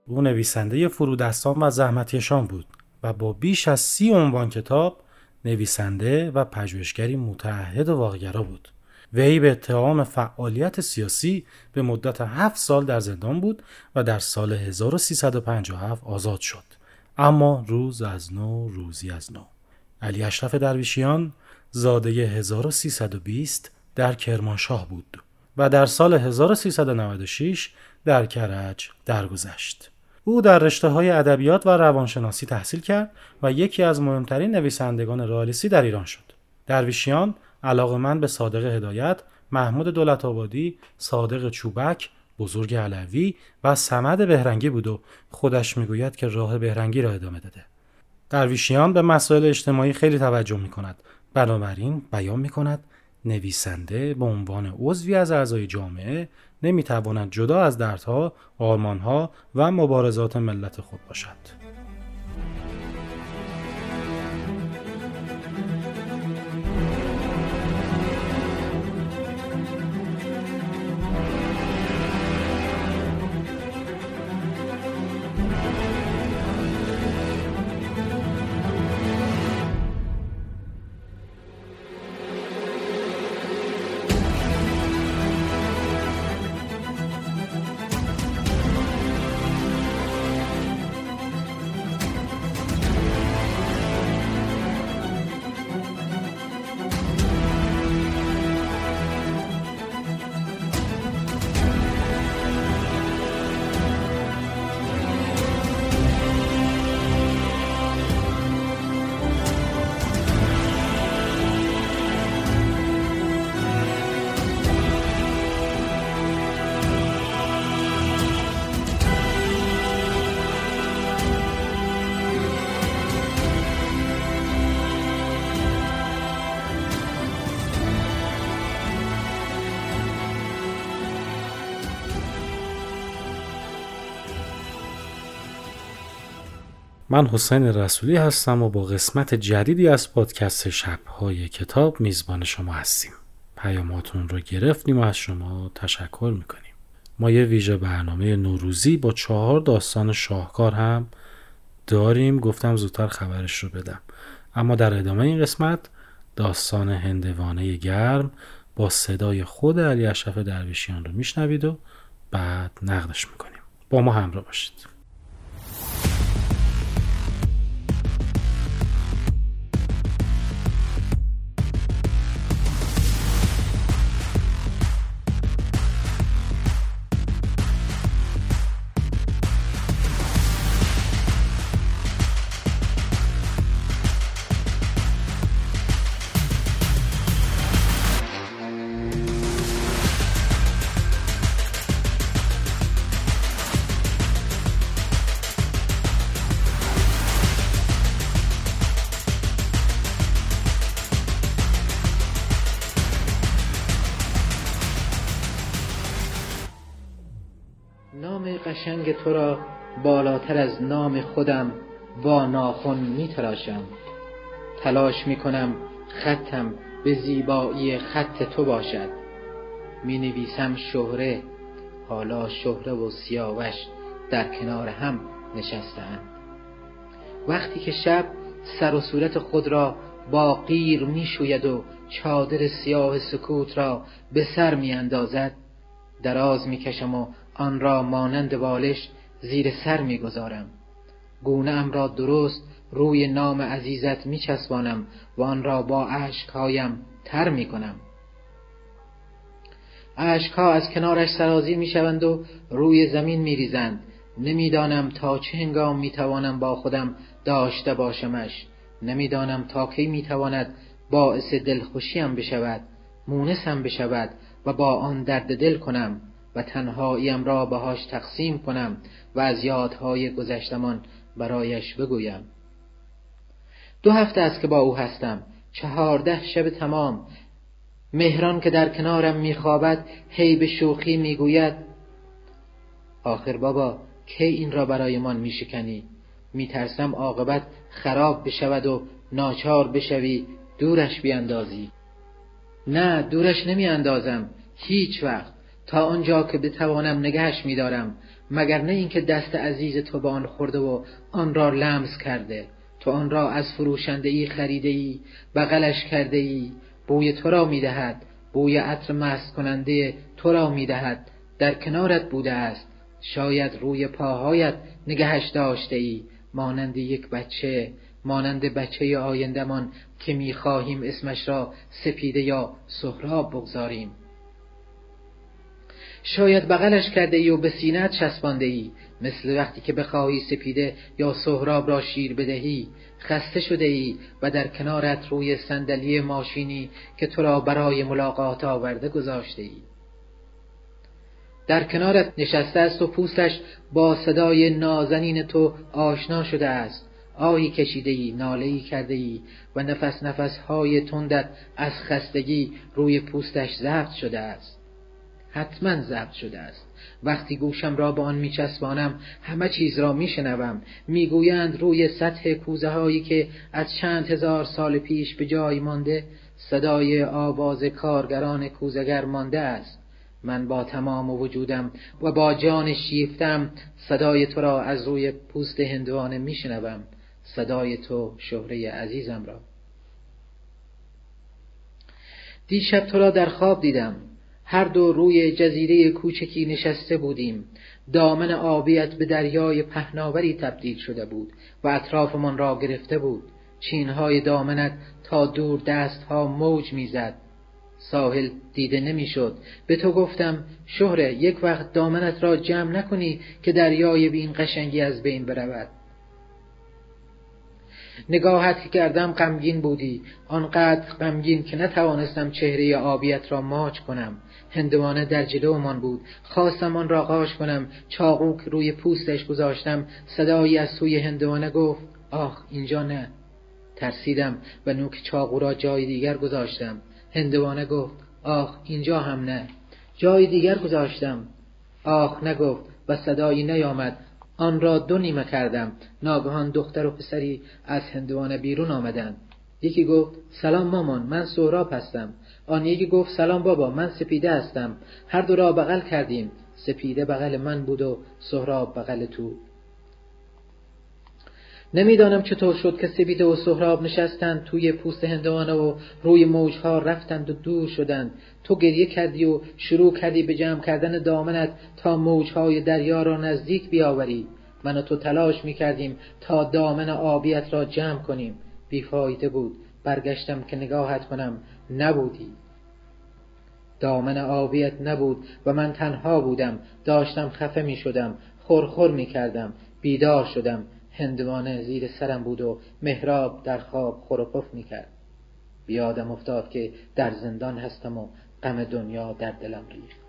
او نویسنده فرودستان و زحمتکشان بود و با بیش از 30 عنوان کتاب نویسنده و پژوهشگری متعهد و واقع‌گرا بود. وی به اتهام فعالیت سیاسی به مدت 7 سال در زندان بود و در سال 1357 آزاد شد. اما روز از نو روزی از نو. علی اشرف درویشیان زاده 1320 در کرمانشاه بود و در سال 1396 در کرج درگذشت. او در رشته‌های ادبیات و روانشناسی تحصیل کرد و یکی از مهمترین نویسندگان رئالیستی در ایران شد. درویشیان علاقه‌مند به صادق هدایت، محمود دولت‌آبادی، صادق چوبک، بزرگ علوی و صمد بهرنگی بود و خودش میگوید که راه بهرنگی را ادامه داده. درویشیان به مسائل اجتماعی خیلی توجه می‌کند. بنابراین بیان می‌کند نویسنده به عنوان عضوی از اعضای جامعه نمی‌تواند جدا از دردها، آرمان‌ها و مبارزات ملت خود باشد. من حسین رسولی هستم و با قسمت جدیدی از پادکست شب‌های کتاب میزبان شما هستیم. پیاماتون رو گرفتیم و از شما تشکر میکنیم. ما یه ویژه برنامه نوروزی با 4 داستان شاهکار هم داریم. گفتم زودتر خبرش رو بدم. اما در ادامه این قسمت داستان هندوانه گرم با صدای خود علی اشرف درویشیان رو میشنوید و بعد نقدش میکنیم. با ما همراه باشید. قشنگ تو را بالاتر از نام خودم با ناخن می تراشم. تلاش می کنم خطم به زیبایی خط تو باشد. می نویسم شهره، حالا شهره و سیاوش در کنار هم نشستند. وقتی که شب سر و صورت خود را با قیر می شوید و چادر سیاه سکوت را به سر می اندازد، دراز می کشم و آن را مانند بالش زیر سر می گذارم. گونه ام را درست روی نام عزیزت می چسبانم و آن را با اشکهایم تر می کنم. اشکها از کنارش سرازیر می شوند و روی زمین می ریزند. نمی دانم تا چه هنگام می توانم با خودم داشته باشمش. نمی دانم تا کی می تواند باعث دلخوشیم بشود، مونسم بشود و با آن درد دل کنم و تنهاییم را باهاش تقسیم کنم و از یادهای گذشتمان برایش بگویم. 2 هفته است که با او هستم. 14 شب تمام. مهران که در کنارم میخوابد هی به شوخی میگوید آخر بابا کی این را برایمان میشکنی؟ میترسم عاقبت خراب بشود و ناچار بشوی دورش بیاندازی. نه، دورش نمیاندازم هیچ وقت. تا آنجا که بتوانم نگهش می‌دارم. مگر نه اینکه دست عزیز تو به آن خورده و آن را لمس کرده؟ تو آن را از فروشنده‌ای خریده‌ای، بغلش کرده‌ای، بوی تو را می‌دهد، بوی عطر مست کننده تو را می‌دهد، در کنارت بوده است، شاید روی پاهایت نگهش داشته‌ای، مانند یک بچه، مانند بچه آیندمان که می‌خواهیم اسمش را سپیده یا سهراب بگذاریم. شاید بغلش کرده ای و به سینه‌ات چسبانده ای، مثل وقتی که بخواهی سپیده یا سهراب را شیر بدهی. خسته شده ای و در کنارت روی صندلی ماشینی که تو را برای ملاقات آورده گذاشته ای. در کنارت نشسته است و پوستش با صدای نازنین تو آشنا شده است. آهی کشیده ای، ناله ای کرده ای و نفس‌های تندت از خستگی روی پوستش ضبط شده است. حتما ضبط شده است. وقتی گوشم را به آن میچسبانم همه چیز را میشنوم. میگویند روی سطح کوزه هایی که از چند هزار سال پیش به جای مانده صدای آواز کارگران کوزه‌گر مانده است. من با تمام وجودم و با جان شیفتم صدای تو را از روی پوست هندوانه میشنوم، صدای تو شهره عزیزم را. دیشب تو را در خواب دیدم. هر دو روی جزیره کوچکی نشسته بودیم. دامن آبیت به دریای پهناوری تبدیل شده بود و اطرافمان را گرفته بود. چینهای دامنت تا دور دستها موج میزد. ساحل دیده نمیشد. به تو گفتم شهره، یک وقت دامنت را جمع نکنی که دریای بی این قشنگی از بین برود. نگاهت که کردم غمگین بودی، آنقدر غمگین که نتوانستم چهره آبیت را ماچ کنم. هندوانه در جلومان بود. خواستم آن را قاش کنم. چاقو که روی پوستش گذاشتم، صدایی از سوی هندوانه گفت آخ اینجا نه. ترسیدم و نوک چاقو را جای دیگر گذاشتم. هندوانه گفت آخ اینجا هم نه. جای دیگر گذاشتم. آخ نگفت و صدایی نیامد. آن را دو نیمه کردم. ناگهان دختر و پسری از هندوانه بیرون آمدند. یکی گفت سلام مامان، من سهراب هستم. آن یکی گفت سلام بابا، من سپیده هستم. هر دو را بغل کردیم. سپیده بغل من بود و سهراب بغل تو. نمیدانم چطور شد که سپیده و سهراب نشستند توی پوست هندوانه و روی موجها رفتند و دور شدند. تو گریه کردی و شروع کردی به جمع کردن دامنت تا موجهای دریا را نزدیک بیاوری. من و تو تلاش میکردیم تا دامن آبیت را جمع کنیم. بیفایده بود. برگشتم که نگاهت کنم، نبودی. دامن آبیت نبود و من تنها بودم. داشتم خفه می شدم. خورخور می کردم. بیدار شدم. هندوانه زیر سرم بود و محراب در خواب خور و پف می کرد. بیادم افتاد که در زندان هستم و غم دنیا در دلم ریخت.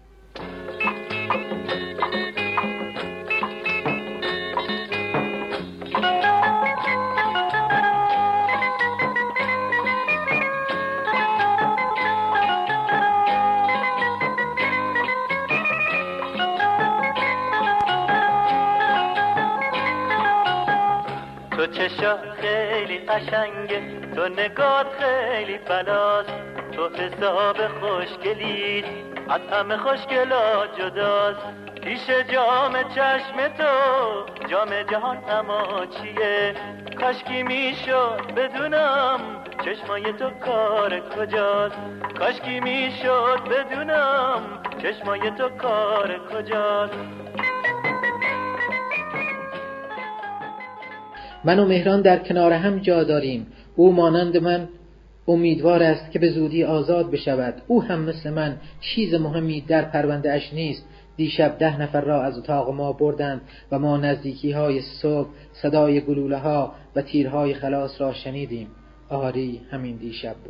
تو چشا خیلی قشنگه، تو نگات خیلی بلاست، تو حساب خوشگلیت از همه خوشگلا جداست. پیش جام چشم تو جام جهان اما چیه؟ کاشکی میشد بدونم چشمای تو کار کجاست. کاشکی میشد بدونم چشمای تو کار کجاست. من و مهران در کنار هم جا داریم. او مانند من امیدوار است که به زودی آزاد بشود. او هم مثل من چیز مهمی در پرونده اش نیست. دیشب 10 نفر را از اتاق ما بردند و ما نزدیکی های صبح صدای گلوله ها و تیرهای خلاص را شنیدیم. آری همین دیشب بود.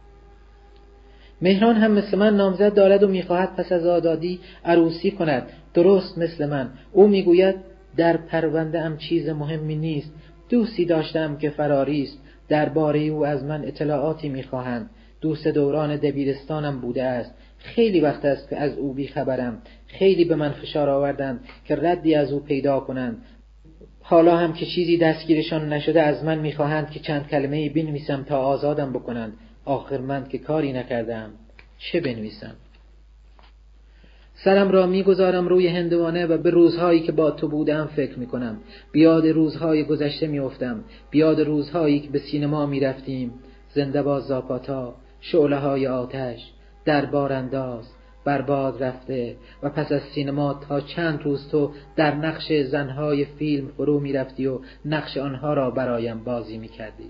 مهران هم مثل من نامزد دارد و میخواهد پس از آزادی عروسی کند. درست مثل من. او میگوید در پرونده ام چیز مهمی نیست. دوستی داشتم که فراری است. درباره او از من اطلاعاتی میخواهند. دوست دوران دبیرستانم بوده است. خیلی وقت است که از او بیخبرم. خیلی به من فشار آوردند که ردی از او پیدا کنند. حالا هم که چیزی دستگیرشان نشده از من میخواهند که چند کلمه‌ای بنویسم تا آزادم بکنند. آخر من که کاری نکردم، چه بنویسم؟ سرم را میگذارم روی هندوانه و به روزهایی که با تو بودم فکر میکنم. بیاد روزهای گذشته میافتم، بیاد روزهایی که به سینما میرفتیم. زنده با زاپاتا، شعله های آتش، دربار انداز، برباد رفته و پس از سینما تا چند روز تو در نقش زنهای فیلم فرو میرفتی و نقش آنها را برایم بازی میکردی.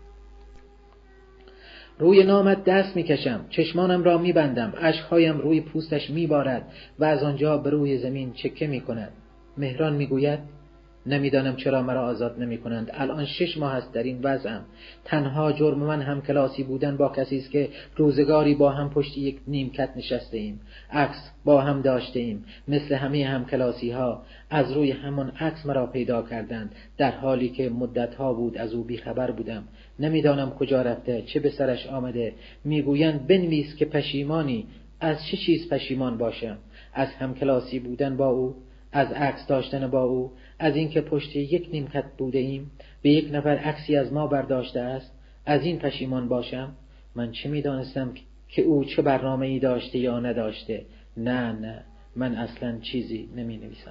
روی نامت دست میکشم، چشمانم را میبندم، اشکهایم روی پوستش میبارد و از آنجا به روی زمین چکه میکند. مهران میگوید نمیدانم چرا مرا آزاد نمیکنند. الان 6 ماه است در این وضعم. تنها جرم من هم کلاسی بودن با کسی است که روزگاری با هم پشت یک نیمکت نشسته ایم، عکس با هم داشته ایم. مثل همه هم کلاسی ها از روی همان عکس مرا پیدا کردند، در حالی که مدت ها بود از او بیخبر بودم. نمیدانم کجا رفته، چه به سرش آمده. میگویند بنویس که پشیمانی. از چه چیز پشیمان باشم؟ از همکلاسی بودن با او، از عکس داشتن با او، از اینکه پشت یک نیمکت بوده ایم، به یک نفر عکسی از ما برداشته است. از این پشیمان باشم؟ من چه میدانستم که او چه برنامه‌ای داشته یا نداشته؟ نه، من اصلا چیزی نمی نویسم.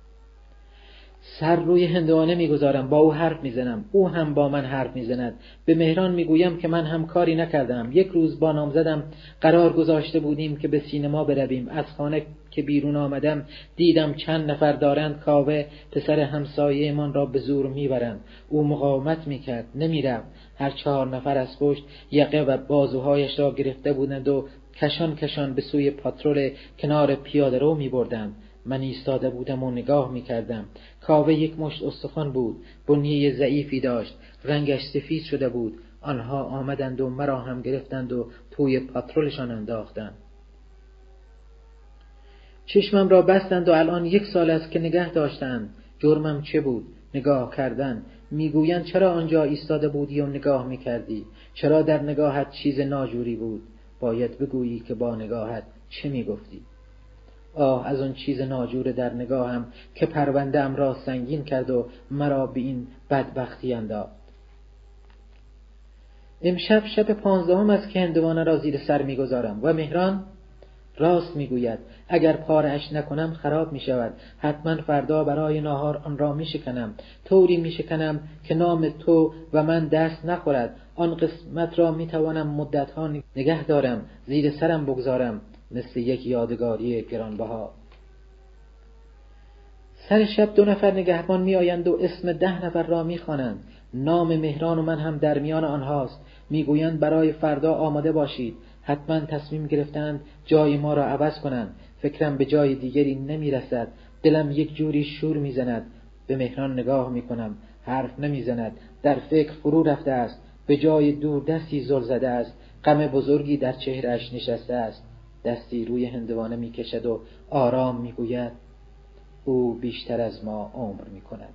سر روی هندوانه میگذارم، با او حرف میزنم، او هم با من حرف میزند. به مهران میگویم که من هم کاری نکردم. یک روز با نامزدم قرار گذاشته بودیم که به سینما برویم. از خانه که بیرون آمدم دیدم چند نفر دارند کاوه پسر همسایه من را به زور میبرند. او مقاومت میکرد، نمیرفت. هر 4 نفر از پشت یقه و بازوهایش را گرفته بودند و کشان به سوی پاترول کنار پیاده رو میبردند. من ایستاده بودم و نگاه میکردم. کاوه یک مشت استخوان بود، بنیه ضعیفی داشت، رنگش سفید شده بود. آنها آمدند و مرا هم گرفتند و توی پاترولشان انداختند. چشمم را بستند و الان 1 سال است که نگه داشتند. جرمم چه بود؟ نگاه کردن. میگویند چرا آنجا ایستاده بودی و نگاه میکردی؟ چرا در نگاهت چیز ناجوری بود؟ باید بگویی که با نگاهت چه میگفتی؟ آه از آن چیز ناجور در نگاهم که پرونده‌ام را سنگین کرد و مرا به این بدبختی انداخت. امشب شب 15 است که هندوانه را زیر سر میگذارم و مهران راست میگوید. اگر پاره‌اش نکنم خراب میشود. حتما فردا برای ناهار آن را میشکنم، طوری میشکنم که نام تو و من دست نخورد. آن قسمت را میتوانم مدت‌ها نگه دارم، زیر سرم بگذارم، مثل یک یادگاری گرانبها. سر شب 2 نفر نگهبان می آیند و اسم 10 نفر را می خوانند. نام مهران و من هم در میان آنهاست. می گویند برای فردا آماده باشید. حتما تصمیم گرفتند جای ما را عوض کنند. فکرم به جای دیگری نمی رسد. دلم یک جوری شور می زند. به مهران نگاه می کنم، حرف نمی زند. در فکر فرو رفته است. به جای دور دستی زل زده است. غم بزرگی در چهرهش نشسته است. دستی روی هندوانه می کشد و آرام می گوید او بیشتر از ما عمر می کند.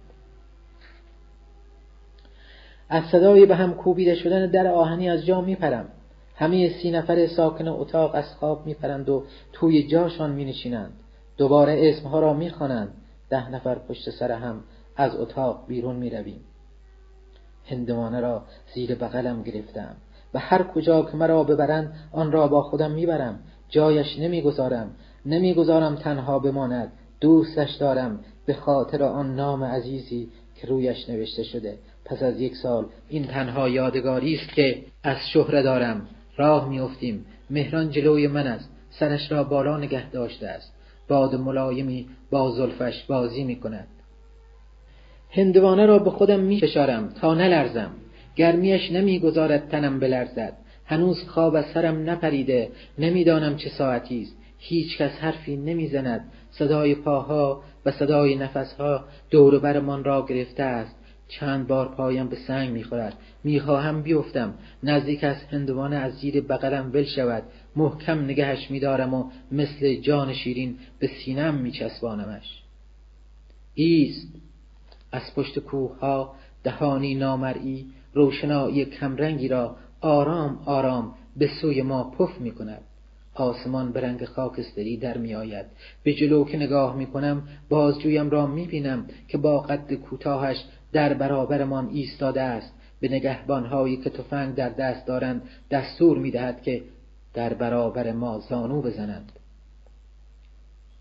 از صدای به هم کوبیده شدن در آهنی از جا می پرم. همه 30 نفر ساکن اتاق از خواب می پرند و توی جاشان می نشینند. دوباره اسمها را می خوانند. 10 نفر پشت سر هم از اتاق بیرون می رویم. هندوانه را زیر بغلم گرفتم و هر کجا که مرا ببرند آن را با خودم می برم. جایش نمیگذارم تنها بماند. دوستش دارم به خاطر آن نام عزیزی که رویش نوشته شده. پس از 1 سال این تنها یادگاری است که از شهره دارم. راه میافتیم. مهران جلوی من است، سرش را بالا نگه داشته است. باد ملایمی با زلفش بازی میکند. هندوانه را به خودم میفشارم تا نلرزم. گرمیش نمیگذارد تنم بلرزد. هنوز خواب از سرم نپریده. نمیدانم چه ساعتی است. هیچ کس حرفی نمیزند. صدای پاها و صدای نفسها دور و برمان را گرفته است. چند بار پایم به سنگ میخورد. میخواهم بیفتم. نزدیک از هندوانه از زیر بغلم ول شود. محکم نگهش میدارم و مثل جان شیرین به سینم میچسبانمش. ایست. از پشت کوهها دهانی نامرئی روشنایی کمرنگی را آرام آرام به سوی ما پف میکند. آسمان به رنگ خاکستری در می آید. به جلو که نگاه می کنم بازجویم را می بینم که با قد کوتاهش در برابرمان ایستاده است. به نگهبانهایی که تفنگ در دست دارند دستور می دهد که در برابر ما زانو بزنند.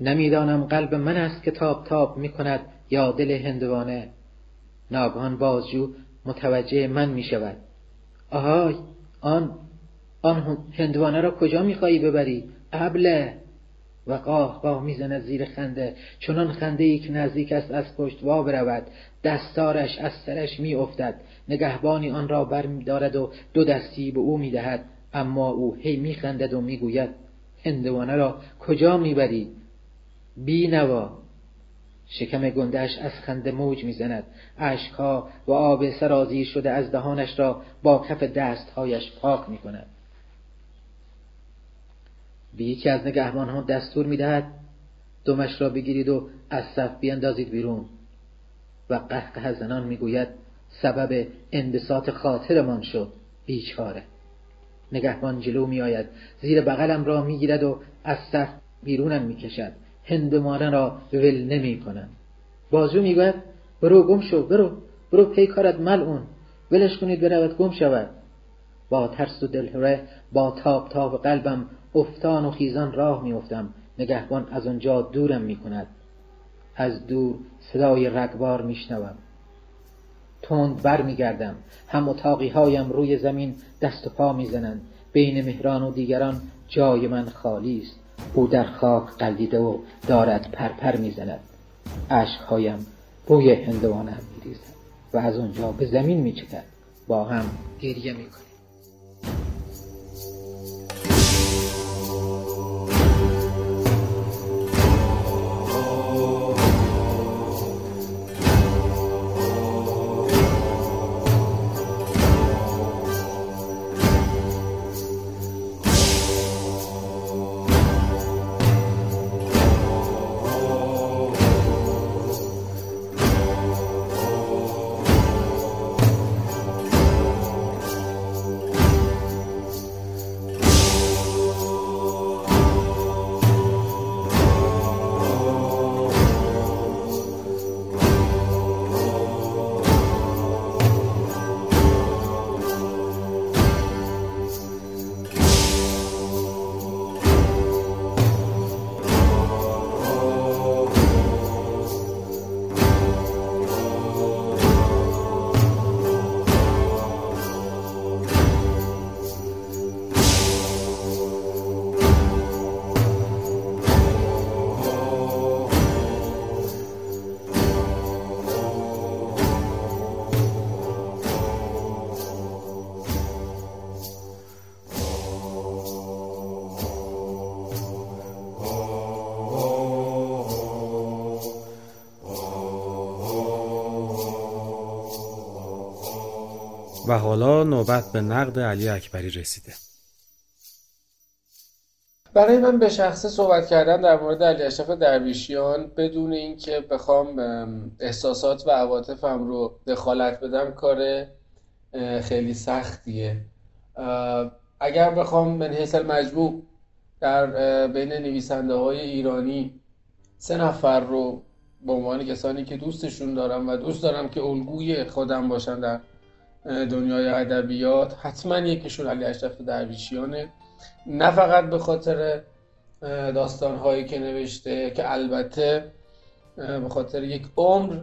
نمیدانم قلب من است که تاب تاب می کند یا دل هندوانه. ناگهان بازجو متوجه من می شود. آهای، آن هندوانه را کجا می خواهی ببری؟ ابله. و قاه قاه می زند زیر خنده، چنان خنده ای که نزدیک است از پشت وا برود. دستارش از سرش می افتد. نگهبانی آن را بر می دارد و 2 دستی به او می دهد، اما او هی می خندد و می گوید هندوانه را کجا می بری؟ بی نوا. شکم گنده‌اش از خنده موج می زند. اشکها و آب سرازیر شده از دهانش را با کف دستهایش پاک می کند. به یکی از نگهبانها دستور می دهد دمش را بگیرید و از صف بیندازید بیرون. و قهقه زنان می گوید سبب انبساط خاطرمان شد، بیچاره. نگهبان جلو می آید، زیر بغلم را می گیرد و از صف بیرونم می کشد. هندوانه را ول نمی کنم. بازجو می گوید برو گم شو، برو پی کارت ملعون، ولش کنید برود گم شود. با ترس و دلهره با تاب تاب قلبم افتان و خیزان راه می افتم. نگهبان از آنجا دورم می کند. از دور صدای رگبار می شنوم. تند بر می گردم. هم اتاقی هایم روی زمین دست و پا می زنند. بین مهران و دیگران جای من خالی است. او در خاک غلتیده و دارد پرپر می زند. اشکهایم روی هندوانه می ریزد و از آنجا به زمین می چکد. با هم گریه می کنیم. و حالا نوبت به نقد علی اکبری رسیده. برای من به شخصه صحبت کردن در مورد علی اشرف درویشیان بدون اینکه بخوام احساسات و عواطفم رو دخالت بدم کار خیلی سختیه. اگر بخوام من حیث المجموع در بین نویسنده های ایرانی 3 نفر رو به عنوان کسانی که دوستشون دارم و دوست دارم که الگوی خودم باشن در دنیای ادبیات، حتما یکیشون علی اشرف درویشیانه. نه فقط به خاطر داستان‌هایی که نوشته که البته به خاطر یک عمر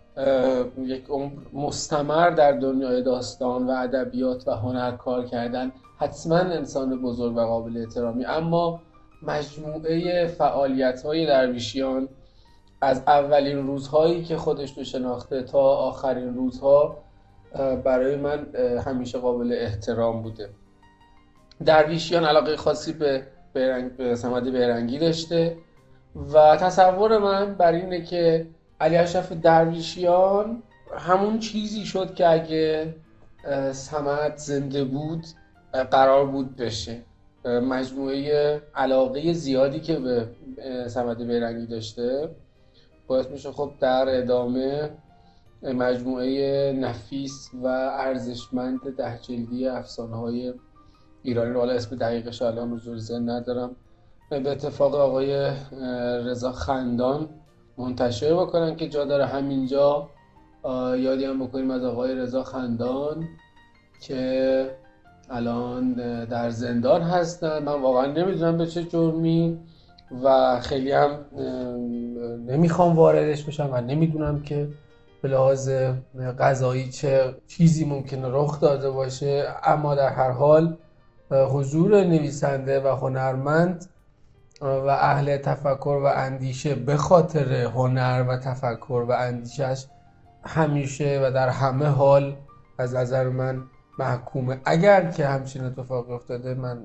مستمر در دنیای داستان و ادبیات و هنر کار کردن، حتما انسان بزرگ و قابل احترامی، اما مجموعه فعالیت‌های درویشیان از اولین روزهایی که خودش رو شناخته تا آخرین روزها برای من همیشه قابل احترام بوده. درویشیان علاقه خاصی به صمد بیرنگی داشته و تصور من بر اینه که علی اشرف درویشیان همون چیزی شد که اگه صمد زنده بود قرار بود بشه. مجموعه علاقه زیادی که به صمد بیرنگی داشته باعث میشه خب در ادامه مجموعه نفیس و ارزشمند 10 جلدی افسانه‌های ایرانی رو، حالا اسم دقیقش الان حضور ذهن ندارم، به اتفاق آقای رضا خندان منتشر بکنن که جا داره همینجا یادی هم بکنیم از آقای رضا خندان که الان در زندان هستن. من واقعا نمیدونم به چه جرمی، و خیلی هم نمیخوام واردش بشم و نمیدونم که به لحاظ قضایی چه چیزی ممکنه رخ داده باشه، اما در هر حال حضور نویسنده و هنرمند و اهل تفکر و اندیشه به خاطر هنر و تفکر و اندیشش همیشه و در همه حال از نظر من محکومه. اگر که همچین اتفاقی افتاده، من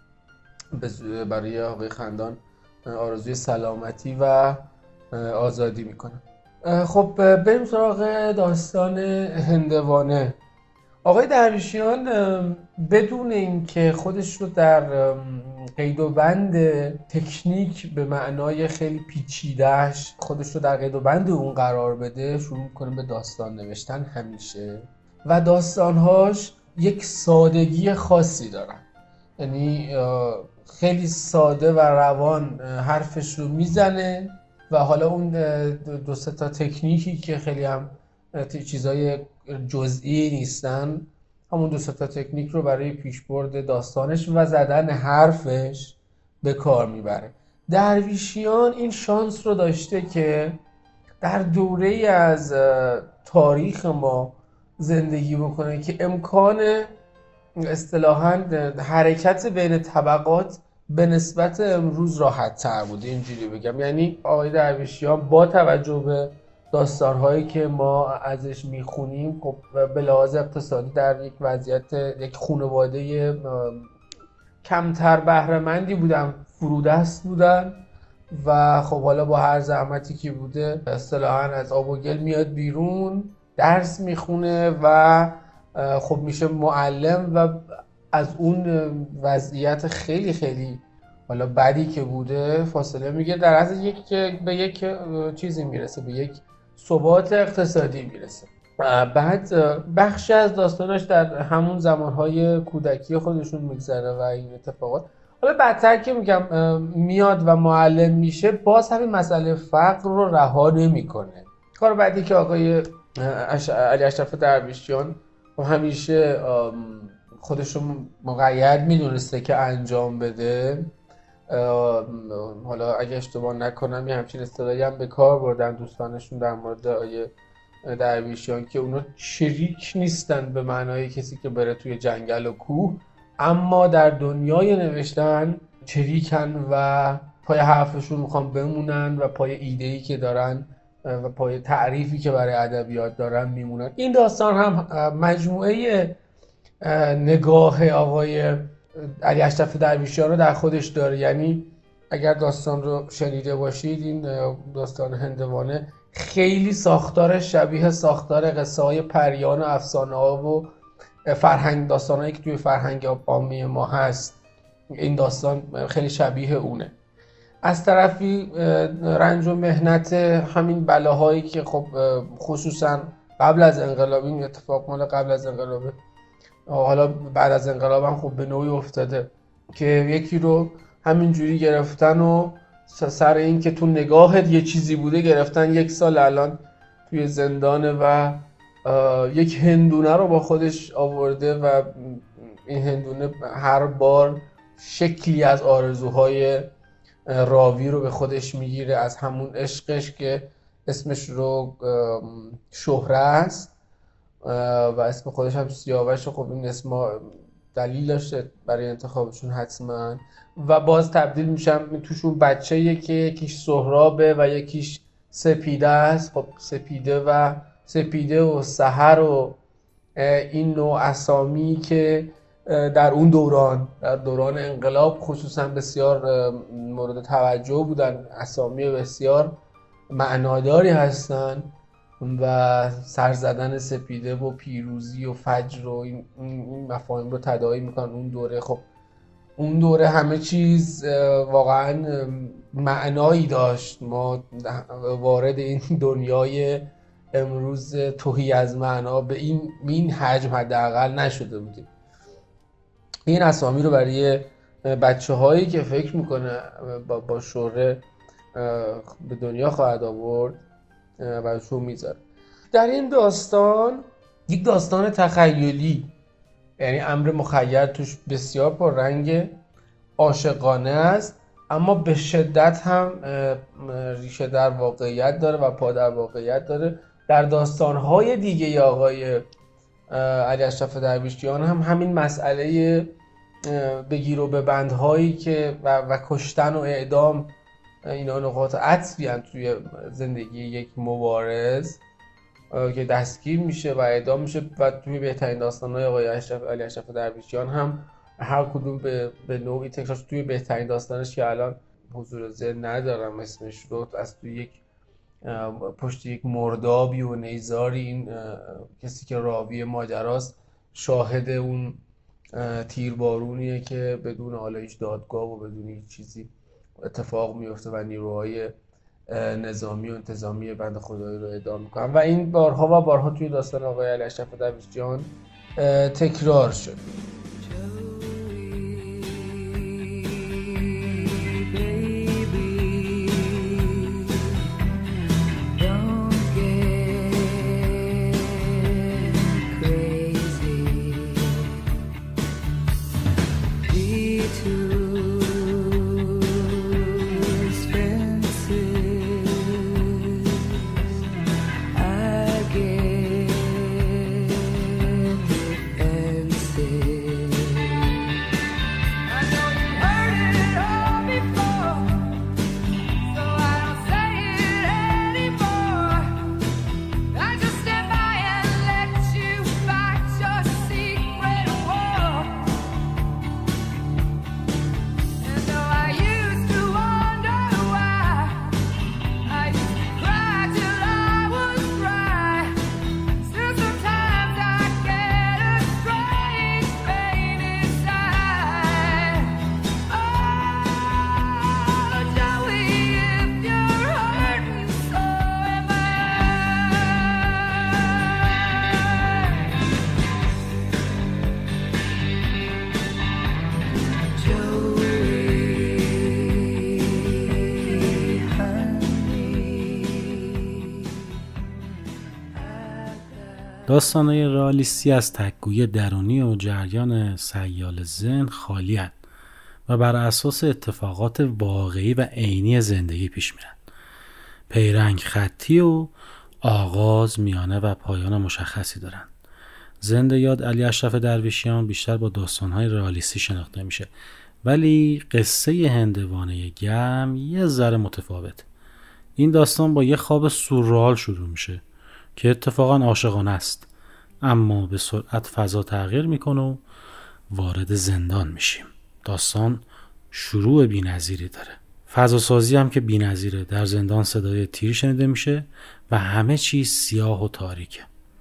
برای آقای خندان آرزوی سلامتی و آزادی میکنم. خب بریم سراغ داستان هندوانه. آقای درویشیان بدون اینکه خودش رو در قید و بند تکنیک به معنای خیلی پیچیده‌اش خودش رو در قید و بند اون قرار بده، شروع میکنه به داستان نوشتن همیشه و داستانهاش یک سادگی خاصی دارن. یعنی خیلی ساده و روان حرفش رو میزنه و حالا اون دو سه تا تکنیکی که خیلی هم چیزای جزئی نیستن، همون دو سه تا تکنیک رو برای پیشبرد داستانش و زدن حرفش به کار میبره. درویشیان این شانس رو داشته که در دوره‌ای از تاریخ ما زندگی بکنه که امکان اصطلاحاً حرکت بین طبقات به نسبت امروز راحت تر بوده، اینجوری بگم. یعنی آقای درویشیان با توجه به داستان‌هایی که ما ازش میخونیم، خب به لحاظ اقتصادی در یک وضعیت یک خانواده کمتر بهره‌مندی بودن، فرودست بودن و خب حالا با هر زحمتی که بوده اصطلاحاً از آب و گل میاد بیرون، درس میخونه و خب میشه معلم و از اون وضعیت خیلی خیلی حالا بدی که بوده فاصله میگه، در از به یک چیزی میرسه، به یک ثبات اقتصادی میرسه. بعد بخشی از داستانش در همون زمانهای کودکی خودشون میگذره و این اتفاقات. حالا بعدتر که میگم میاد و معلم میشه، باز همین مسئله فقر رو رها نمیکنه. کار بعدی که آقای علی اشرف درویشیان همیشه خودش رو مقید میدونسته که انجام بده، حالا اگه اشتباه نکنم یه همچین اصطلاحی هم به کار بردن دوستانشون در مورد آقای درویشیان که اونا شریک نیستن به معنای کسی که بره توی جنگل و کوه، اما در دنیای نوشتن شریکن و پای حرفشون میخوان بمونن و پای ایده‌ای که دارن و پای تعریفی که برای ادبیات دارن میمونن. این داستان هم مجموعه نگاه آقای علی اشرف درویشیان رو در خودش داره. یعنی اگر داستان رو شنیده باشید، این داستان هندوانه خیلی ساختارش شبیه ساختار قصه های پریان و افسانه ها و فرهنگ، داستانهایی که توی فرهنگ عامی ما هست، این داستان خیلی شبیه اونه. از طرفی رنج و محنت همین بلاهایی که خب خصوصا قبل از انقلاب، این اتفاق مال قبل از انقلابه، حالا بعد از انقلاب هم خب به نوعی افتاده که یکی رو همینجوری گرفتن و سر این که تو نگاهت یه چیزی بوده گرفتن، 1 سال الان توی زندانه و یک هندونه رو با خودش آورده و این هندونه هر بار شکلی از آرزوهای راوی رو به خودش میگیره، از همون عشقش که اسمش رو شهره است و اسم خودش هم سیاوش. خب این اسم دلیل داشته برای انتخابشون حتما، و باز تبدیل میشن توشون بچه‌ایه که یکیش سهرابه و یکیش سپیده است. خب سپیده و سحر و این نوع اسامی که در اون دوران انقلاب خصوصا بسیار مورد توجه بودن، اسامی بسیار معناداری هستن و سر زدن سپیده و پیروزی و فجر و این مفاهیم رو تداعی میکنن اون دوره. خب اون دوره همه چیز واقعا معنایی داشت، ما وارد این دنیای امروز تهی از معنا به این حجم حداقل نشده بودیم. این اسامی رو برای بچه هایی که فکر میکنه با شهره به دنیا خواهد آورد براشون میذاره. در این داستان یک داستان تخیلی، یعنی امر مخیل توش بسیار پررنگ، عاشقانه است اما به شدت هم ریشه در واقعیت داره و پا در واقعیت داره. در داستان‌های دیگه آقای علی اشرف درویشیان هم همین مسئله بگیر و ببندهایی که و کشتن و اعدام اینا نقاط عطفی هستند توی زندگی یک مبارز که دستگیر میشه و اعدام میشه و توی بهترین داستان‌های آقای علی اشرف درویشیان هم هر کدوم به نوعی تکرار توی بهترین داستانش که الان حضور ذهن ندارم اسمش رو، از توی یک پشت یک مردابی و نیزاری این کسی که راوی ماجراست شاهد اون تیربارونیه که بدون حالا هیچ دادگاه و بدون هیچ چیزی اتفاق میفته و نیروهای نظامی و انتظامی بند خدایی رو اعدام میکنن و این بارها و بارها توی داستان آقای علی اشرف درویشیان تکرار شد. داستان‌های رئالیستی از تک‌گویی درونی و جریان سیال ذهن خالی‌اند و بر اساس اتفاقات واقعی و عینی زندگی پیش میرند. پیرنگ خطی و آغاز، میانه و پایان مشخصی دارند. زنده یاد علی اشرف درویشیان بیشتر با داستان‌های رئالیستی شناخته میشه، ولی قصه هندوانه گرم یه ذره متفاوت. این داستان با یه خواب سورئال شروع میشه که اتفاقا عاشقانه است، اما به سرعت فضا تغییر میکنه و وارد زندان میشیم. داستان شروع بی‌نظیری داره. فضا سازی هم که بی‌نظیره. در زندان صدای تیر شنیده میشه و همه چیز سیاه و تاریکه.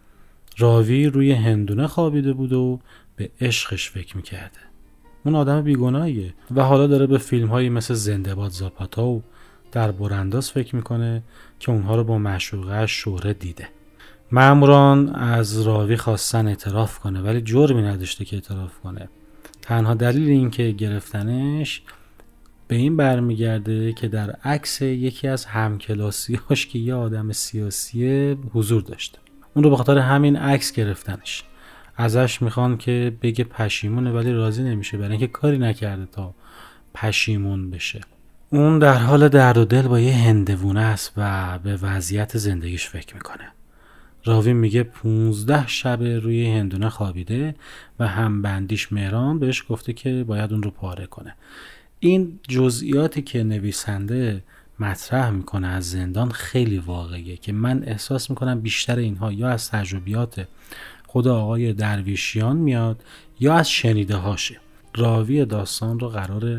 راوی روی هندونه خوابیده بود و به عشقش فکر میکرده. اون آدم بیگناهیه و حالا داره به فیلم‌هایی مثل زنده‌باد زاپاتا و در برانداز فکر میکنه که اونها رو با معشوقه‌اش شهرت دیده. ماموران از راوی خواستن اعتراف کنه ولی جرمی نداشته که اعتراف کنه. تنها دلیل این که گرفتنش به این برمیگرده که در عکس یکی از همکلاسیاش که یه آدم سیاسیه حضور داشته. اون رو به خاطر همین عکس گرفتنش. ازش میخوان که بگه پشیمونه ولی راضی نمیشه برای اینکه کاری نکرده تا پشیمون بشه. اون در حال درد و دل با یه هندوونه است و به وضعیت زندگیش فکر میکنه. راوی میگه 15 شب روی هندونه خوابیده و همبندیش مهران بهش گفته که باید اون رو پاره کنه. این جزئیاتی که نویسنده مطرح میکنه از زندان خیلی واقعیه که من احساس میکنم بیشتر اینها یا از تجربیات خود آقای درویشیان میاد یا از شنیده هاشه. راوی داستان رو قراره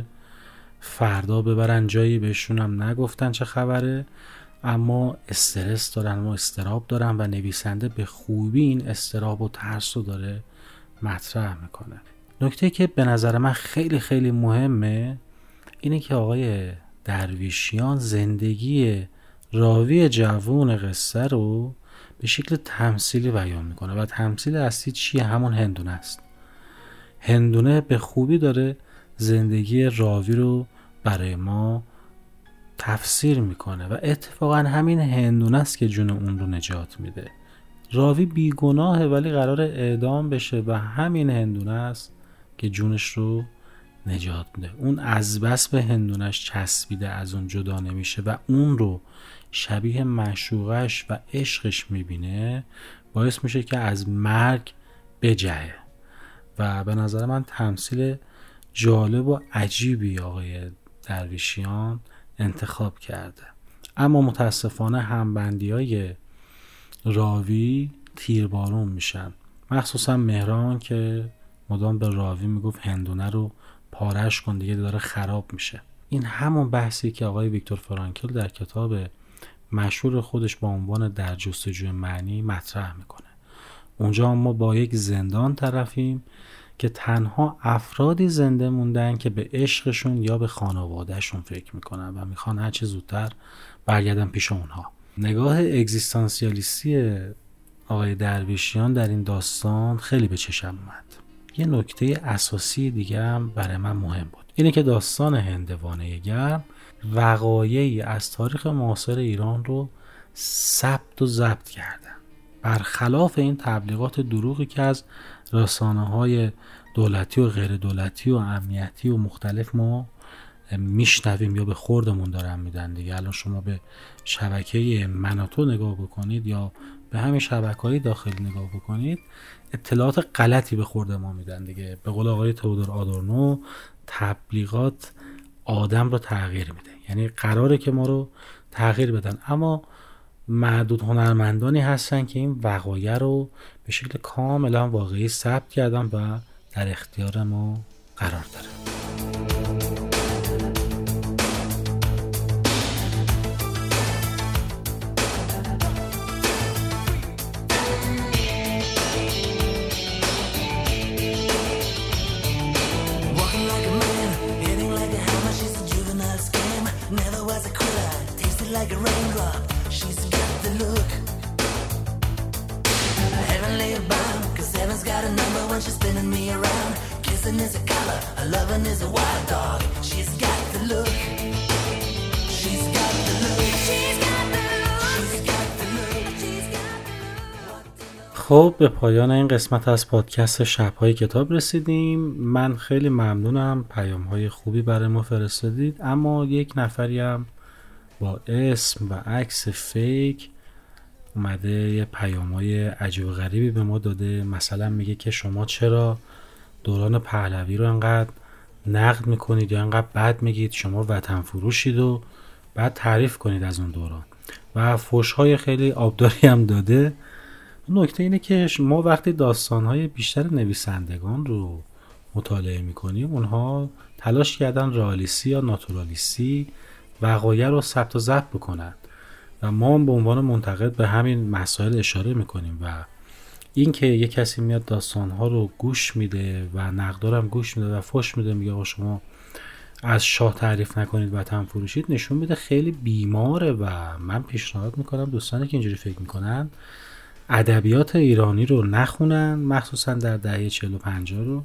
فردا ببرن جایی بهشون هم نگفتن چه خبره، اما استرس دارن و استراب دارن و نویسنده به خوبی این استراب و ترس رو داره مطرح میکنه. نکته که به نظر من خیلی خیلی مهمه اینه که آقای درویشیان زندگی راوی جوون قصه رو به شکل تمثیلی بیان میکنه و تمثیل اصلی چیه؟ همون هندونه است. هندونه به خوبی داره زندگی راوی رو برای ما تفسیر میکنه و اتفاقا همین هندونه است که جون اون رو نجات میده. راوی بیگناهه ولی قرار اعدام بشه و همین هندونه است که جونش رو نجات میده. اون از بس به هندونش چسبیده از اون جدا نمیشه و اون رو شبیه معشوقش و عشقش میبینه، باعث میشه که از مرگ بجهه. و به نظر من تمثیل جالب و عجیبی آقای درویشیان انتخاب کرده. اما متاسفانه همبندی‌های راوی تیربارون میشن، مخصوصا مهران که مدام به راوی میگفت هندونه رو پارش کن دیگه داره خراب میشه. این همون بحثی که آقای ویکتور فرانکل در کتاب مشهور خودش با عنوان در جستجوی معنی مطرح میکنه. اونجا ما با یک زندان طرفیم که تنها افرادی زنده موندن که به عشقشون یا به خانوادهشون فکر میکنن و میخوان هرچی زودتر برگردن پیش اونها. نگاه اگزیستانسیالیستی آقای درویشیان در این داستان خیلی به چشم اومد. یه نکته اساسی دیگه هم برای من مهم بود، اینه که داستان هندوانه گرم وقایعی از تاریخ معاصر ایران رو ثبت و ضبط کردن، برخلاف این تبلیغات دروغی که از رسانه‌های دولتی و غیر دولتی و امنیتی و مختلف ما میشنویم یا به خوردمون دارن میدن دیگه. الان شما به شبکه مناتو نگاه بکنید یا به همین شبکه‌های داخلی نگاه بکنید، اطلاعات غلطی به خورد ما میدن دیگه. به قول آقای تئودور آدورنو، تبلیغات آدم رو تغییر میده، یعنی قراره که ما رو تغییر بدن، اما معدود هنرمندانی هستن که این وقایع رو به شکل کاملا واقعی ثبت کردن و در اختیار ما قرار داره. Like a raindrop, she's got the look heavenly bound, 'cause heaven's got a number when she's spinning me around. Kissing is a color, a loving is a wild dog. She's got the look, she's got the look, she's got the look, she's got the look, she's got the look. خب به پایان این قسمت از پادکست شب‌های کتاب رسیدیم. من خیلی ممنونم، پیام‌های خوبی برای ما فرستادید، اما یک نفری هم با اسم و عکس فیک اومده یه پیام‌های عجیب و غریبی به ما داده. مثلا میگه که شما چرا دوران پهلوی رو انقدر نقد میکنید یا انقدر بد میگید، شما وطن فروشید و بعد تعریف کنید از اون دوران، و فحش‌های خیلی آبداری هم داده. نکته اینه که ما وقتی داستان‌های بیشتر نویسندگان رو مطالعه میکنیم، اونها تلاش کردن رئالیستی یا ناتورالیستی وقایع رو ثبت و ضبط بکنن و ما به عنوان منتقد به همین مسائل اشاره میکنیم. و این که یک کسی میاد داستانها رو گوش میده و نقدارم گوش میده و فحش میده، میگه آقا شما از شاه تعریف نکنید وطن فروشید، نشون میده خیلی بیماره. و من پیشنهاد میکنم دوستانی که اینجوری فکر میکنن ادبیات ایرانی رو نخونن، مخصوصا در دهه 40 و 50 رو،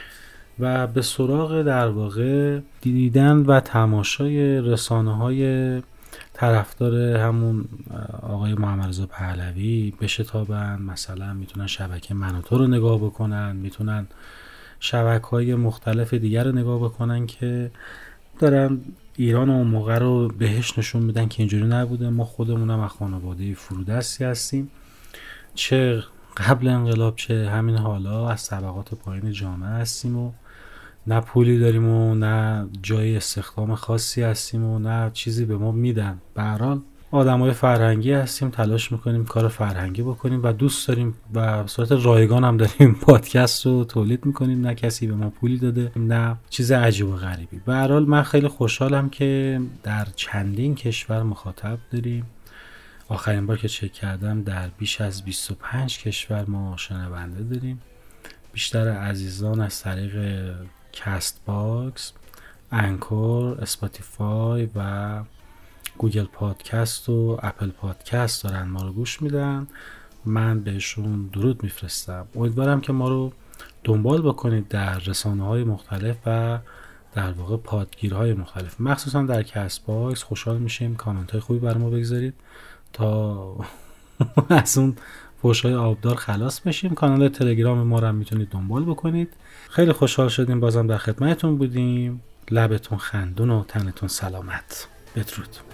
و به سراغ در واقع دیدن و تماشای رسانه‌های طرفدار همون آقای محمد رضا پهلوی بشتابن. مثلا میتونن شبکه مناتو رو نگاه بکنن، میتونن شبکه‌های مختلف دیگر رو نگاه بکنن که دارن ایران اون موقع رو بهش نشون میدن که اینجوری نبوده. ما خودمونم از خانواده فرودستی هستیم، چه قبل انقلاب چه همین حالا از طبقات پایین جامعه هستیم و نه پولی داریم و نه جای استخدام خاصی هستیم و نه چیزی به ما میدن. به هر حال آدمای فرهنگی هستیم، تلاش میکنیم کار فرهنگی بکنیم و دوست داریم و به صورت رایگان هم داریم پادکست رو تولید میکنیم، نه کسی به ما پولی داده نه چیز عجیب و غریبی. به هر حال من خیلی خوشحالم که در چندین کشور مخاطب داریم. آخرین بار که چک کردم در بیش از 25 کشور ما شنونده داریم. بیشتر عزیزان از طریق کست باکس، انکور، اسپاتیفای و گوگل پادکست و اپل پادکست دارن ما رو گوش میدن. من بهشون درود میفرستم. امیدوارم که ما رو دنبال بکنید در رسانه‌های مختلف و در واقع پادگیرهای مختلف، مخصوصا در کست باکس. خوشحال میشیم کامنت های خوبی برای ما بگذارید تا از اون فحش‌های آبدار خلاص بشیم. کانال تلگرام ما رو هم میتونید دنبال بکنید. خیلی خوشحال شدیم بازم در خدمتتون بودیم. لبتون خندون و تنتون سلامت. بدرود.